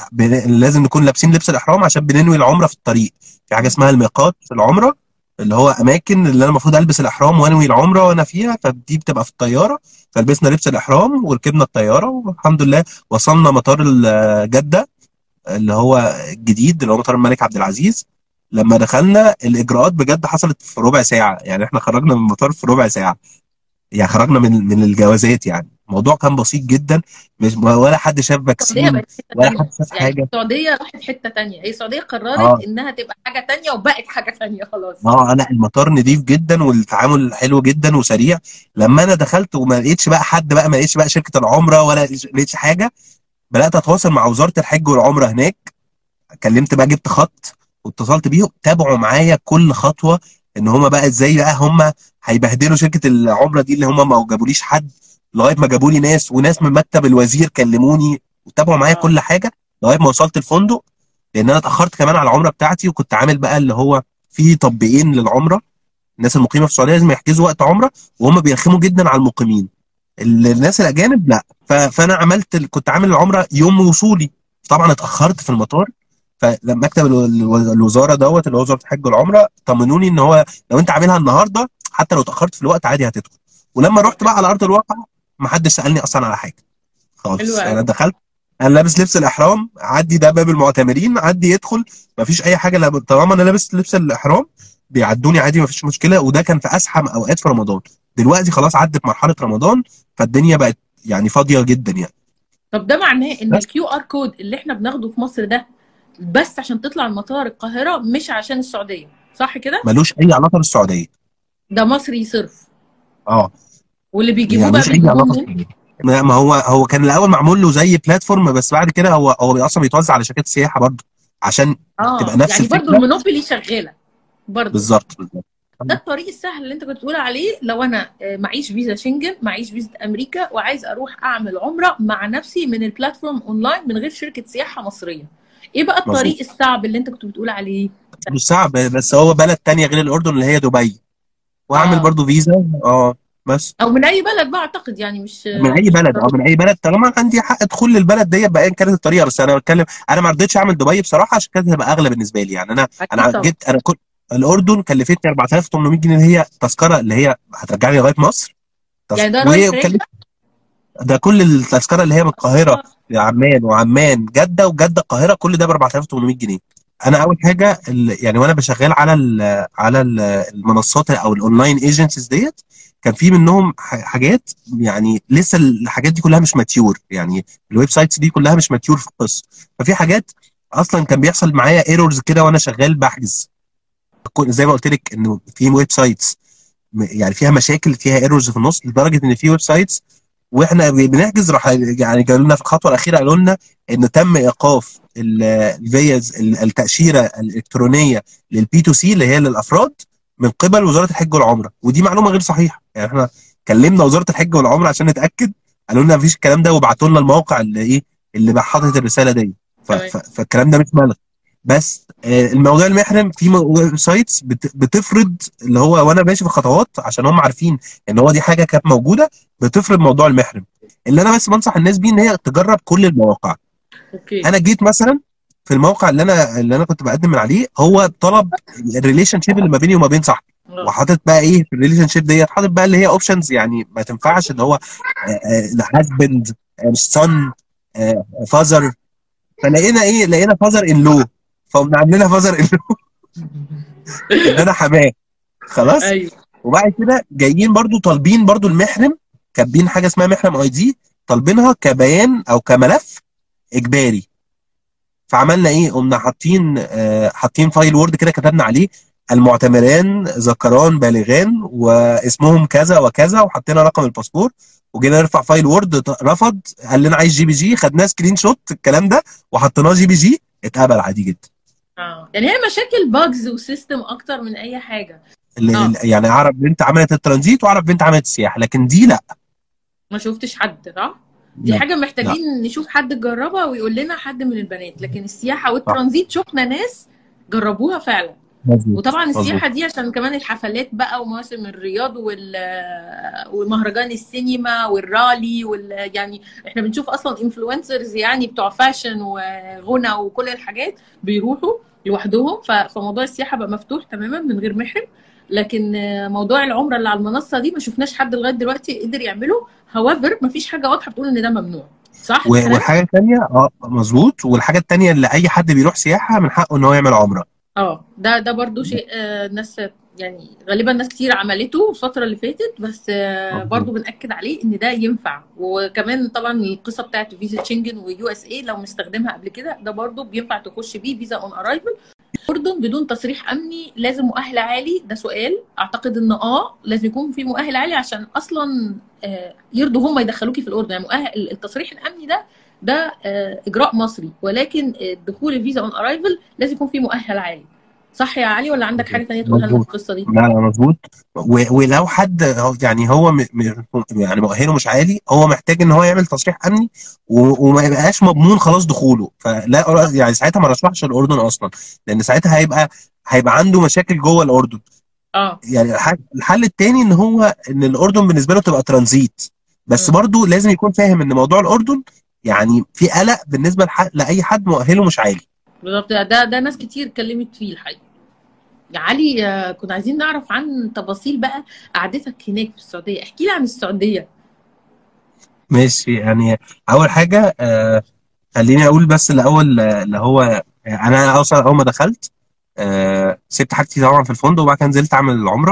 لازم نكون لابسين لبس الاحرام عشان بننوي العمره في الطريق. في حاجه اسمها الميقات في العمره، اللي هو اماكن اللي انا المفروض البس الاحرام وانوي العمره وانا فيها، فدي بتبقى في الطياره. فلبسنا لبس الاحرام وركبنا الطياره، والحمد لله وصلنا مطار جده، اللي هو الجديد، اللي هو مطار الملك عبد العزيز. لما دخلنا الاجراءات بجد حصلت في ربع ساعه، يعني احنا خرجنا من المطار في ربع ساعه. يعني خرجنا من الجوازات، يعني الموضوع كان بسيط جدا. مش ولا حد شاف السعوديه فاكسين بقت حته ولا حد ثانيه، شاف يعني حاجه. السعوديه راحت حته ثانيه، هي السعوديه قررت اه انها تبقى حاجه ثانيه وبقت حاجه ثانيه خلاص. اه لا المطار نظيف جدا والتعامل حلو جدا وسريع. لما انا دخلت وما لقيتش بقى حد بقى، ما لقيتش بقى شركه العمره ولا لقيتش حاجه، بدات اتواصل مع وزاره الحج والعمره هناك. كلمت بقى، جبت خط واتصلت بيهم، تابعوا معايا كل خطوه، ان هم بقى ازاي بقى هم هيبهدلوا شركه العمره دي اللي هم ما جابوليش حد، لغايه ما جابوا لي ناس، وناس من مكتب الوزير كلموني وتابعوا معايا اه. كل حاجه لغايه ما وصلت الفندق. لان انا اتاخرت كمان على العمره بتاعتي، وكنت عامل بقى اللي هو في تطبيقين للعمره. الناس المقيمه في السعوديه لازم يحجزوا وقت عمره، وهم بيرخموا جدا على المقيمين. الناس الاجانب لا. فانا كنت عامل العمره يوم وصولي، طبعا اتاخرت في المطار. فلما مكتب الوزاره دوت، اللي هو وزاره الحج والعمره، طمنوني ان هو لو انت عاملها النهارده حتى لو اتاخرت في الوقت عادي هتدخل. ولما طب رحت بقى على ارض الواقع ما حدش سالني اصلا على حاجه حلو خالص. قوي. انا دخلت، انا لابس لبس الاحرام، عدي ده باب المعتمرين، عدي يدخل، ما فيش اي حاجه. طالما انا لابس لبس الاحرام بيعدوني عادي، ما فيش مشكله. وده كان في ازحم اوقات في رمضان. دلوقتي خلاص عدت مرحله رمضان، فالدنيا بقت يعني فاضيه جدا يعني. طب ده معناه ان بس الكيو ار كود اللي احنا بناخده في مصر ده بس عشان تطلع المطار القاهره، مش عشان السعوديه، صح كده؟ ملوش اي علاقه بالسعوديه. ده مصري صرف. اه واللي بيجيبوه يعني بقى ملوش اي بيجيبوه علاقه منين؟ بالسعوديه. ما هو كان الاول معمول له زي بلاتفورم، بس بعد كده هو اصلا بيتوزع على شركات سياحه برضه، عشان تبقى اه، نفس يعني برضو الفكره. المونوبولي شغاله برضو. بالظبط بالظبط. ده الطريق السهل اللي انت كنت بتقول عليه، لو انا معيش فيزا شنجن، معيش فيزا امريكا، وعايز اروح اعمل عمره مع نفسي من البلاتفورم اونلاين من غير شركه سياحه مصريه. ايه بقى مظبوط. الطريق الصعب اللي انت كنت بتقول عليه؟ مش صعب، بس هو بلد تانية غير الاردن اللي هي دبي. واعمل برضو فيزا. بس او من اي بلد بقى اعتقد، يعني مش من اي مش بلد، من اي بلد طالما عندي حق ادخل للبلد ديت بايا كانت الطريقه. بس انا بتكلم، انا ما رضيتش اعمل دبي بصراحه عشان كانت هتبقى اغلى بالنسبه لي. يعني اكيد انا طبعا. جيت، انا كنت الاردن كلفتني 4800 جنيه اللي هي تذكره اللي هي هترجعني لغايه مصر. يعني ده رايح راجع؟ وكلفت ده كل التذكره اللي هي من القاهره لعمان، وعمان جده، وجده القاهره، كل ده ب 4800 جنيه. انا اول حاجه يعني وانا بشغال على المنصات او الاونلاين ايجنسيز ديت، كان في منهم حاجات، يعني لسه الحاجات دي كلها مش ماتيور، يعني الويب سايتس دي كلها مش ماتيور في القصه. ففي حاجات اصلا كان بيحصل معايا ايرورز كده وانا شغال بحجز. زي ما قلت لك انه في ويب سايتس يعني فيها مشاكل، فيها ايرورز في النص، لدرجه ان في ويب سايتس واحنا بنحجز راح يعني قالوا لنا في الخطوه الاخيره، قالوا لنا ان تم ايقاف الفيز التاشيره الالكترونيه للبي تو سي اللي هي للافراد من قبل وزاره الحج والعمره. ودي معلومه غير صحيحه. يعني احنا كلمنا وزاره الحج والعمره عشان نتاكد، قالوا لنا مفيش الكلام ده، وبعتوا لنا الموقع اللي اللي بقى حاطط الرساله دي. تمام. فالكلام ده مش ملغي. بس الموضوع المحرم في ويب سايتس بتفرض اللي هو، وانا ماشي في خطوات عشان هم عارفين ان هو دي حاجه كانت موجوده، بتفرض موضوع المحرم. اللي انا بس بنصح الناس بيه ان هي تجرب كل المواقع. اوكي. انا جيت مثلا في الموقع اللي انا كنت بقدم من عليه، هو طلب الريليشن شيب اللي ما بيني وما بين صاحبي، وحاطط بقى ايه في الريليشن شيب ديت، حاطط بقى اللي هي اوبشنز يعني ما تنفعش، اللي هو هازبند، سون، فازر. فلقينا ايه، لقينا فازر ان لو، فقمنا عاملينها فازر ان لو ان انا حماه. خلاص. ايوه. وبعد كده جايين برضو طالبين برضو المحرم، كاتبين حاجه اسمها محرم اي دي، طالبينها كبيان او كملف اجباري. فعملنا ايه، قمنا حاطين فايل وورد كده، كتبنا عليه المعتمران ذكران بالغان واسمهم كذا وكذا، وحطينا رقم الباسبور. وجينا نرفع فايل وورد، رفض، قال لنا عايز جي بي جي، خدناه سكرين شوت الكلام ده وحطيناه جي بي جي، اتقبل عادي جدا. يعني هي مشاكل باجز وسيستم اكتر من اي حاجه. يعني اعرف بنت عملت الترانزيت واعرف بنت عملت السياحه، لكن دي لا. ما شفتش حد، صح؟ دي لا حاجه لا. محتاجين نشوف حد جربها ويقول لنا حد من البنات، لكن السياحه صح. والترانزيت شفنا ناس جربوها فعلا. مظبوط وطبعا مظبوط. السياحه دي عشان كمان الحفلات بقى ومواسم الرياض ومهرجان السينما والرالي يعني احنا بنشوف اصلا انفلونسرز يعني بتوع فاشن وغنى وكل الحاجات بيروحوا لوحدهم. فموضوع السياحه بقى مفتوح تماما من غير محرم. لكن موضوع العمره اللي على المنصه دي ما شفناش حد لغايه دلوقتي قدر يعمله. هاويفر ما فيش حاجه واضحه بتقول ان ده ممنوع، صح الكلام؟ والحاجه الثانيه مظبوط، والحاجه الثانيه اللي اي حد بيروح سياحه من حقه ان هو يعمل عمره. ده برضو شيء ناس يعني غالبا ناس كتير عملته الفترة اللي فاتت، بس برضو بنأكد عليه ان ده ينفع. وكمان طبعا القصة بتاعت فيزا شنجن ويو اس اي لو مستخدمها قبل كده، ده برضو بينفع تخش بيه فيزا اون ارايفل. الاردن بدون تصريح امني لازم مؤهل عالي؟ ده سؤال. اعتقد ان لازم يكون في مؤهل عالي عشان اصلا يرضوا هم يدخلوكي في الاردن. يعني مؤهل التصريح الامني ده اجراء مصري، ولكن دخول الفيزا اون ارايفل لازم يكون في مؤهل عالي. صح يا علي، ولا عندك حاجه ثانيه تقولها لنا في القصه دي؟ لا مظبوط. ولو حد يعني هو يعني مؤهله مش عالي، هو محتاج ان هو يعمل تصريح امني وما يبقاش مضمون خلاص دخوله. فلا يعني ساعتها ما رشحش الاردن اصلا، لان ساعتها هيبقى عنده مشاكل جوه الاردن. يعني الحل التاني ان الاردن بالنسبه له تبقى ترانزيت. بس برضه لازم يكون فاهم ان موضوع الاردن يعني في قلق بالنسبه لاي حد مؤهله مش عالي. بالظبط. ده ناس كتير اتكلمت فيه الحقيقه. يا علي كنا عايزين نعرف عن تفاصيل بقى قعدتك هناك في السعوديه. احكي لي عن السعوديه. ماشي. يعني اول حاجه خليني اقول بس الاول اللي هو انا اصلا اول ما دخلت سبت حاجتي طبعا في الفندق، وبعد كده نزلت اعمل العمره.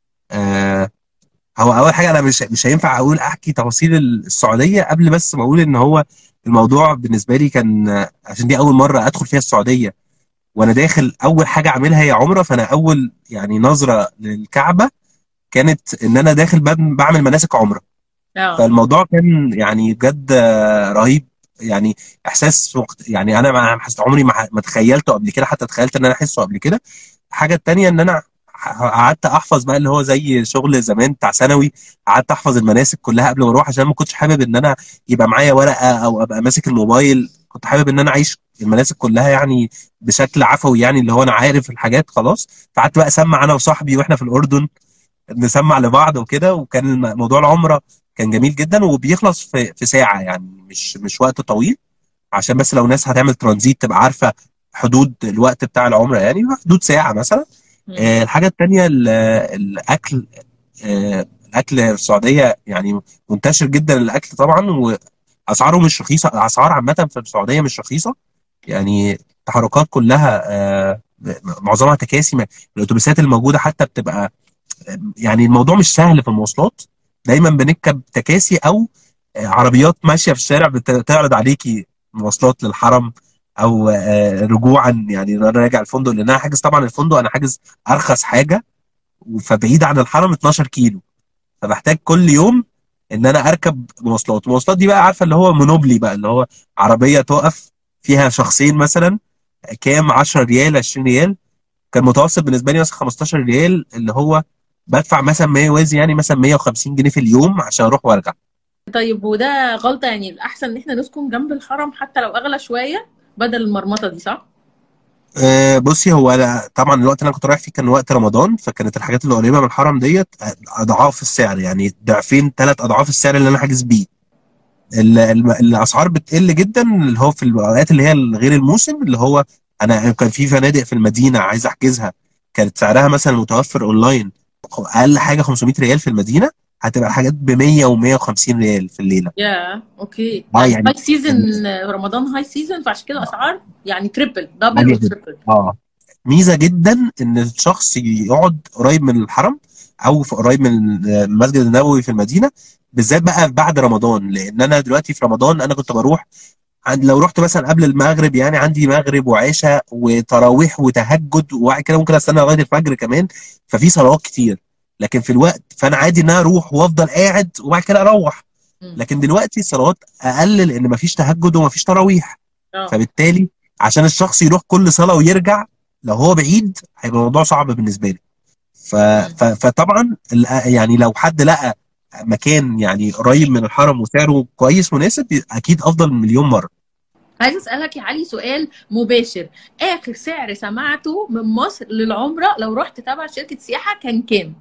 هو اول حاجه انا مش هينفع اقول احكي تفاصيل السعوديه قبل بس ما اقول ان هو الموضوع بالنسبه لي كان عشان دي اول مره ادخل فيها السعوديه، وانا داخل اول حاجه اعملها هي عمره. فانا اول يعني نظره للكعبه كانت ان انا داخل بعمل مناسك عمره. فالموضوع كان يعني بجد رهيب. يعني احساس يعني انا عمري ما تخيلته قبل كده، حتى تخيلت ان انا احسه قبل كده. الحاجه التانيه ان انا قعدت احفظ بقى اللي هو زي شغل زمان بتاع ثانوي، قعدت احفظ المناسك كلها قبل ما اروح، عشان ما كنتش حابب ان انا يبقى معايا ورقه او ابقى ماسك الموبايل. كنت حابب ان انا اعيش المناسك كلها يعني بشكل عفوي، يعني اللي هو انا عارف الحاجات خلاص. فقعدت بقى اسمع انا وصاحبي واحنا في الاردن نسمع لبعض وكده. وكان موضوع العمره كان جميل جدا، وبيخلص في ساعه يعني، مش وقت طويل، عشان بس لو ناس هتعمل ترانزيت تبقى عارفه حدود الوقت بتاع العمره، يعني حدود ساعه مثلا. مم. الحاجه التانيه الاكل. الاكل في السعوديه يعني منتشر جدا الاكل طبعا، واسعاره مش رخيصه. الاسعار عامه في السعوديه مش رخيصه يعني. التحركات كلها معظمها تكاسي. الاتوبيسات الموجوده حتى بتبقى يعني الموضوع مش سهل في المواصلات. دايما بنركب تكاسي او عربيات ماشيه في الشارع بتعرض عليكي مواصلات للحرم، او رجوعا يعني انا راجع الفندق، لان انا حاجز طبعا الفندق انا حاجز ارخص حاجه، فبعيد عن الحرم 12 كيلو، فبحتاج كل يوم ان انا اركب مواصلات. المواصلات دي بقى عارفه اللي هو مونوبلي بقى، اللي هو عربيه تقف فيها شخصين مثلا، كام 10 ريال 20 ريال. كان متوسط بالنسبه لي مثلا 15 ريال، اللي هو بدفع مثلا ما يوازي يعني مثلا 150 جنيه في اليوم عشان اروح وارجع. طيب وده غلطة؟ يعني الأحسن إن احنا نسكن جنب الحرم حتى لو أغلى شوية بدل المرمطة دي، صح؟ بصي، هو أنا طبعا الوقت اللي انا كنت رايح فيه كان وقت رمضان، فكانت الحاجات اللي قريبه من الحرم ديت اضعاف السعر، يعني ضعفين ثلاث اضعاف السعر اللي انا حاجز بيه. الاسعار بتقل جدا اللي هو في الاوقات اللي هي غير الموسم، اللي هو انا كان في فنادق في المدينه عايز احجزها، كانت سعرها مثلا متوفر اونلاين اقل حاجه 500 ريال في المدينه، هتبقى الحاجات ب 100 و150 ريال في الليله. يا اوكي، اه يعني هاي يعني سيزون، رمضان هاي سيزون، فعشان كده أسعار يعني تريبل دبل عاليه جدا. وتريبل. اه ميزه جدا ان الشخص يقعد قريب من الحرم، او في قريب من المسجد النبوي في المدينه، بالذات بقى بعد رمضان. لان انا دلوقتي في رمضان انا كنت بروح لو رحت مثلا قبل المغرب، يعني عندي مغرب وعشاء وتراويح وتهجد، وبعد كده ممكن استنى لغايه الفجر كمان، ففي صلوات كتير. لكن في الوقت فانا عادي ان انا اروح وافضل قاعد وبعد كده اروح. مم. لكن دلوقتي الصلوات اقل لان مفيش تهجد ومفيش تراويح، اه. فبالتالي عشان الشخص يروح كل صلاه ويرجع لو هو بعيد هيبقى الموضوع صعب بالنسبه لي. مم. فطبعا يعني لو حد لقى مكان يعني قريب من الحرم وسعره كويس مناسب، اكيد افضل من مليون مره. عايز أسألك يا علي سؤال مباشر، آخر سعر سمعته من مصر للعمرة لو رحت تبع شركة سياحة كان كام؟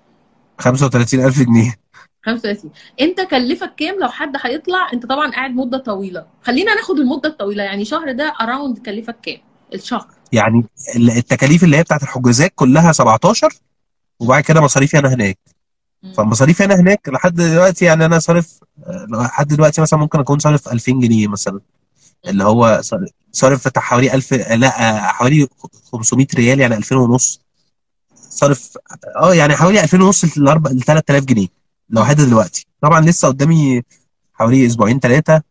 35,000 جنيه. 35. انت كلفك كام لو حد هيطلع؟ انت طبعا قاعد مدة طويلة، خلينا ناخد المدة الطويلة، يعني شهر ده اراوند كلفك كام الشهر؟ يعني التكاليف اللي هي بتاعت الحجوزات كلها 17، مم. وبعد كده مصاريفي انا هناك. مم. فمصاريفي انا هناك لحد دلوقتي يعني انا صارف لحد دلوقتي مثلا ممكن اكون صارف 2000 جنيه مثلا، اللي مم. هو صارف بتاع حوالي 1000، لا حوالي 500 ريال يعني 2000 ونص صارف. يعني حوالي 2000 ونص ل 3000 جنيه لو مم. دلوقتي. طبعا لسه قدامي حوالي اسبوعين ثلاثه،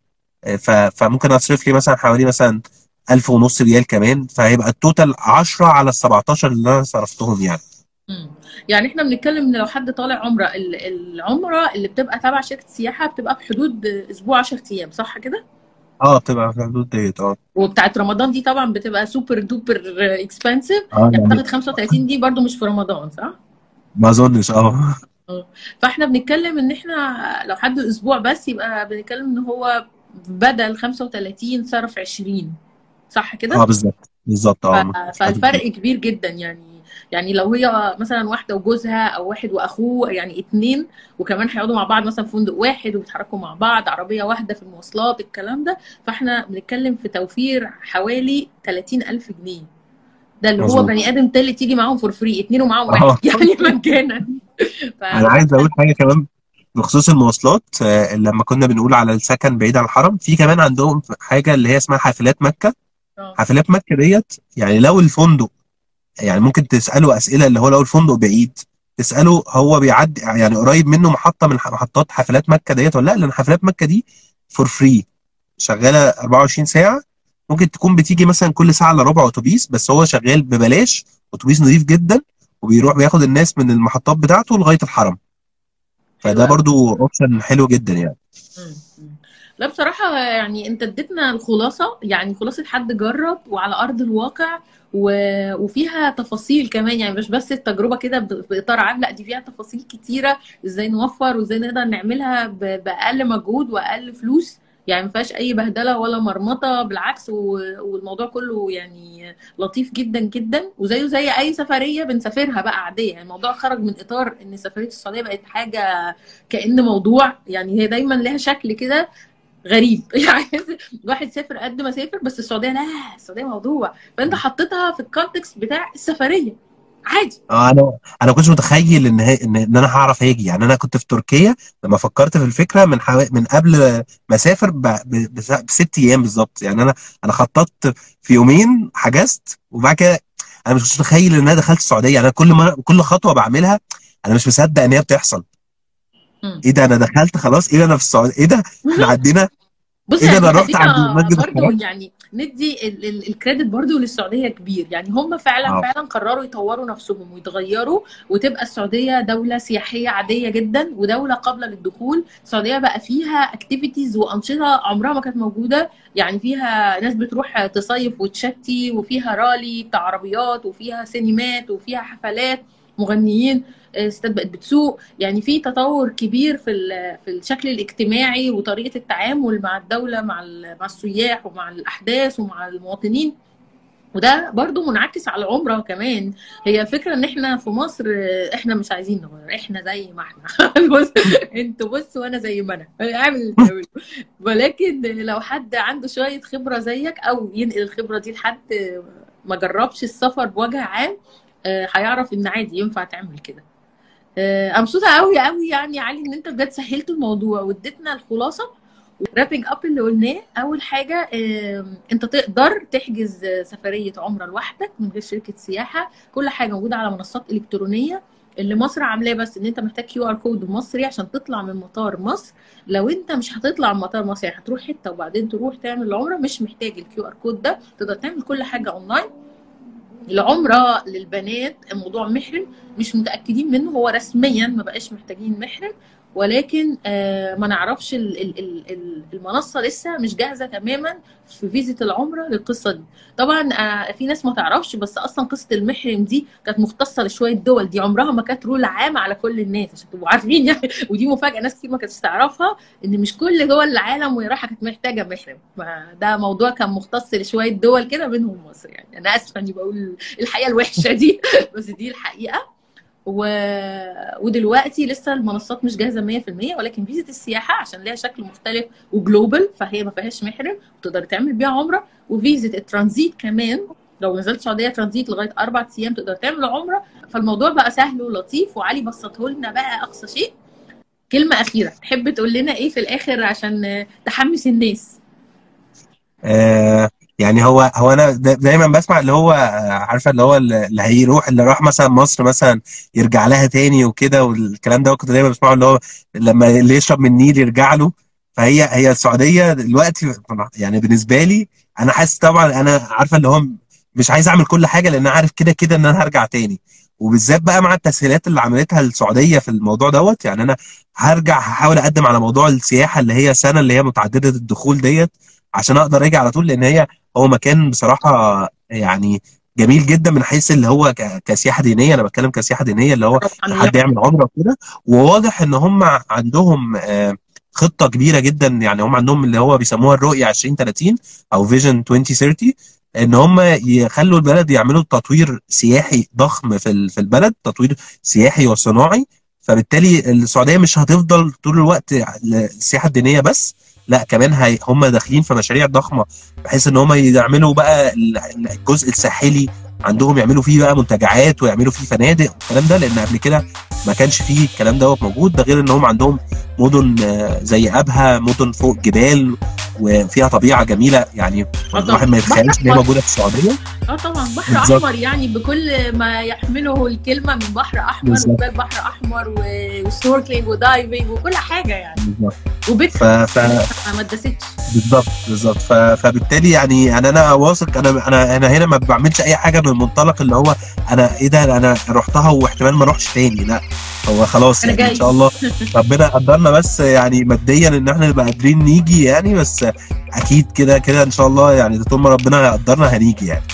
فممكن اصرف لي مثلا حوالي مثلا 1000 ونص ريال كمان، فهيبقى التوتال 10 على ال 17 اللي انا صرفتهم يعني. مم. يعني احنا بنتكلم ان لو حد طالع عمره، العمره اللي بتبقى تبع شركه سياحه بتبقى في حدود اسبوع 10 ايام، صح كده؟ اه بتبقى في الحدود ديت وبتاعت رمضان دي طبعا بتبقى سوبر دوبر اكسبنسيف. يعني يعني اعتقد 35 دي برضو مش في رمضان، صح؟ ما اظنش اه. فاحنا بنتكلم ان احنا لو حد اسبوع بس يبقى بنتكلم ان هو بدل 35 صرف 20، صح كده؟ بالظبط بالظبط في الحدود دي. فالفرق كبير جدا يعني. يعني لو هي مثلا واحده وجوزها او واحد واخوه، يعني اتنين، وكمان هيقعدوا مع بعض مثلا في فندق واحد وبيتحركوا مع بعض، عربيه واحده في المواصلات، الكلام ده، فاحنا بنتكلم في توفير حوالي 30,000 جنيه. ده اللي هو مظبوط. بني ادم تالت يجي معاهم فور فري، اتنين ومعاهم واحد اه يعني مجانا. انا فده. عايز اقول حاجه كمان بخصوص المواصلات. لما كنا بنقول على السكن بعيد عن الحرم، في كمان عندهم حاجه اللي هي اسمها حافلات مكه. اه. حافلات مكه ديت يعني لو الفندق، يعني ممكن تساله اسئله، اللي هو لو الفندق بعيد تساله هو بيعدي يعني قريب منه محطه من محطات حافلات مكه ديت ولا لا، لان حافلات مكه دي فور فري شغاله 24 ساعه. ممكن تكون بتيجي مثلا كل ساعه الا ربع اتوبيس، بس هو شغال ببلاش، اتوبيس نظيف جدا، وبيروح بياخد الناس من المحطات بتاعته لغايه الحرم. حلو فده قوي. برضو اوبشن حلو جدا يعني. مم. لا بصراحة يعني انت اديتنا الخلاصة، يعني خلاصة حد جرب وعلى أرض الواقع، وفيها تفاصيل كمان، يعني مش بس التجربة كده بإطار عام، لا دي فيها تفاصيل كتيرة، ازاي نوفر وازاي نقدر نعملها بأقل مجهود وأقل فلوس. يعني ما فيهاش اي بهدله ولا مرمطه، بالعكس، والموضوع كله يعني لطيف جدا جدا، وزيه زي اي سفريه بنسافرها بقى عاديه. يعني الموضوع خرج من اطار ان سفريه السعوديه بقت حاجه كأن موضوع، يعني هي دايما لها شكل كده غريب يعني الواحد سافر قد ما سافر، بس السعوديه لا، السعوديه موضوع، فانت حطيتها في الكونتكست بتاع السفريه عادي. انا كنتش متخيل ان انا هعرف اجي. يعني انا كنت في تركيا لما فكرت في الفكره من قبل ما اسافر بست ايام بالظبط. يعني انا خططت في يومين، حجزت، وبعد كده انا مش متخيل ان انا دخلت السعوديه. يعني انا كل خطوه بعملها انا مش مصدق ان هي بتحصل. مم. ايه ده، انا دخلت خلاص، ايه ده انا في السعوديه، ايه ده احنا عدينا، بص ايه ده انا يعني رحت عند خلينا مسجد برضو الحرام. يعني ندي الكريدت برضو للسعودية كبير. يعني هم فعلا اه فعلا قرروا يطوروا نفسهم ويتغيروا، وتبقى السعودية دولة سياحية عادية جدا ودولة قابلة للدخول. السعودية بقى فيها اكتيفيتيز وأنشطة عمرها ما كانت موجودة. يعني فيها ناس بتروح تصيف وتشتي، وفيها رالي بتاع عربيات، وفيها سينمات، وفيها حفلات مغنيين، ستات بقت بتسوق. يعني في تطور كبير في الشكل الاجتماعي وطريقه التعامل مع الدوله، مع السياح ومع الاحداث ومع المواطنين. وده برضو منعكس على العمره كمان. هي فكره ان احنا في مصر احنا مش عايزين نغير، احنا زي ما احنا بص، انتوا بص وانا زي ما انا اعمل اللي تعمله. ولكن لو حد عنده شويه خبره زيك، او ينقل الخبره دي لحد ما جربش السفر بوجه عام، هيعرف ان عادي ينفع تعمل كده. انا مبسوطه قوي قوي يعني يا علي ان انت بجد سهلت الموضوع واديتنا الخلاصه. رابنج اب اللي قلناه، اول حاجه انت تقدر تحجز سفريه عمره لوحدك من غير شركه سياحه. كل حاجه موجوده على منصات الكترونيه. اللي مصر عاملاه بس ان انت محتاج QR كود مصري عشان تطلع من مطار مصر. لو انت مش هتطلع من مطار مصر، يعني هتروح حته وبعدين تروح تعمل العمره، مش محتاج QR كود ده، تقدر تعمل كل حاجه اونلاين. العمرة للبنات موضوع محرم مش متأكدين منه، هو رسميا ما بقاش محتاجين محرم، ولكن ما نعرفش المنصة لسه مش جاهزة تماما في فيزة العمرة للقصة دي. طبعا في ناس ما تعرفش، بس أصلا قصة المحرم دي كانت مختصة لشوية دول، دي عمرها ما كانت رول عام على كل الناس عشان تبقوا عارفين يعني. ودي مفاجأة ناس كتير ما كانتش تعرفها، ان مش كل دول العالم وهي رايحة كانت محتاجة محرم. ده موضوع كان مختص لشوية دول كده منهم مصر. يعني أنا آسفة إني بقول الحقيقه الوحشه دي بس دي الحقيقه. ودلوقتي لسه المنصات مش جاهزه 100%، ولكن فيزا السياحه عشان ليها شكل مختلف وجلوبال، فهي ما فيهاش محرم وتقدر تعمل بيها عمره. وفيزا الترانزيت كمان، لو نزلت السعوديه ترانزيت لغايه 4 ايام تقدر تعمل عمره. فالموضوع بقى سهل ولطيف، وعلي بسطه لنا بقى اقصى شيء. كلمه اخيره تحب تقول لنا ايه في الاخر عشان تحمس الناس؟ يعني هو انا دايما بسمع اللي هو عارفه اللي هو اللي هيروح، اللي راح مثلا مصر مثلا يرجع لها تاني وكده، والكلام ده كنت دايما بسمعه اللي هو لما اللي يشرب من النيل يرجع له. فهي السعوديه دلوقتي يعني بالنسبه لي، انا حاسس طبعا، انا عارفه اللي هو مش عايز اعمل كل حاجه لان انا عارف كده كده ان انا هرجع تاني. وبالذات بقى مع التسهيلات اللي عملتها السعوديه في الموضوع دوت. يعني انا هرجع هحاول اقدم على موضوع السياحه اللي هي سنه اللي هي متعدده الدخول ديت عشان اقدر اجي على طول، لان هو مكان بصراحه يعني جميل جدا من حيث اللي هو كسياحه دينيه. انا بتكلم كسياحه دينيه اللي هو روحانيات. حد يعمل عمره وكده. وواضح ان هم عندهم خطه كبيره جدا. يعني هم عندهم اللي هو بيسموها الرؤيه 2030 او فيجن 2030، ان هم يخلوا البلد يعملوا تطوير سياحي ضخم في البلد، تطوير سياحي وصناعي. فبالتالي السعوديه مش هتفضل طول الوقت السياحه الدينيه بس، لا كمان هم داخلين في مشاريع ضخمه بحيث ان هم يعملوا بقى الجزء الساحلي عندهم، يعملوا فيه بقى منتجعات ويعملوا فيه فنادق والكلام ده، لان قبل كده ما كانش فيه الكلام دوت موجود. ده غير ان هم عندهم مدن زي ابها، مدن فوق جبال وفيها طبيعه جميله. يعني الواحد ما يتخيلش ان هي موجوده في السعوديه. طبعا بحر بالظبط احمر، يعني بكل ما يحمله الكلمه من بحر احمر بالظبط وجبال بحر احمر وسنوركلينج ودايفنج وكل حاجه يعني. بالظبط وبيت ف... ف... ما اتدستش. بالظبط فبالتالي يعني انا واثق، انا هنا ما بعملش اي حاجه من منطلق اللي هو انا ايه ده انا رحتها واحتمال ما اروحش تاني، لا هو خلاص انا يعني ان جاي. شاء الله ربنا قدرنا بس يعني ماديا ان احنا نبقى قادرين نيجي يعني. بس اكيد كده كده ان شاء الله يعني طول ما ربنا هيقدرنا هنيجي يعني.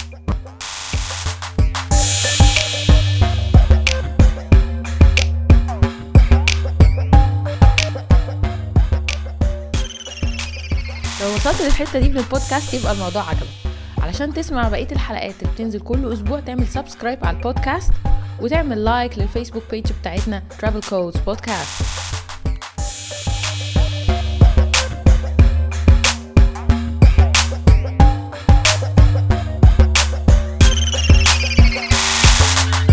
لو وصلت للحتة دي من البودكاست يبقى الموضوع عجبك. علشان تسمع بقية الحلقات اللي بتنزل كل أسبوع تعمل سبسكرايب على البودكاست وتعمل لايك للفيسبوك بيج بتاعتنا Travel Codes Podcast.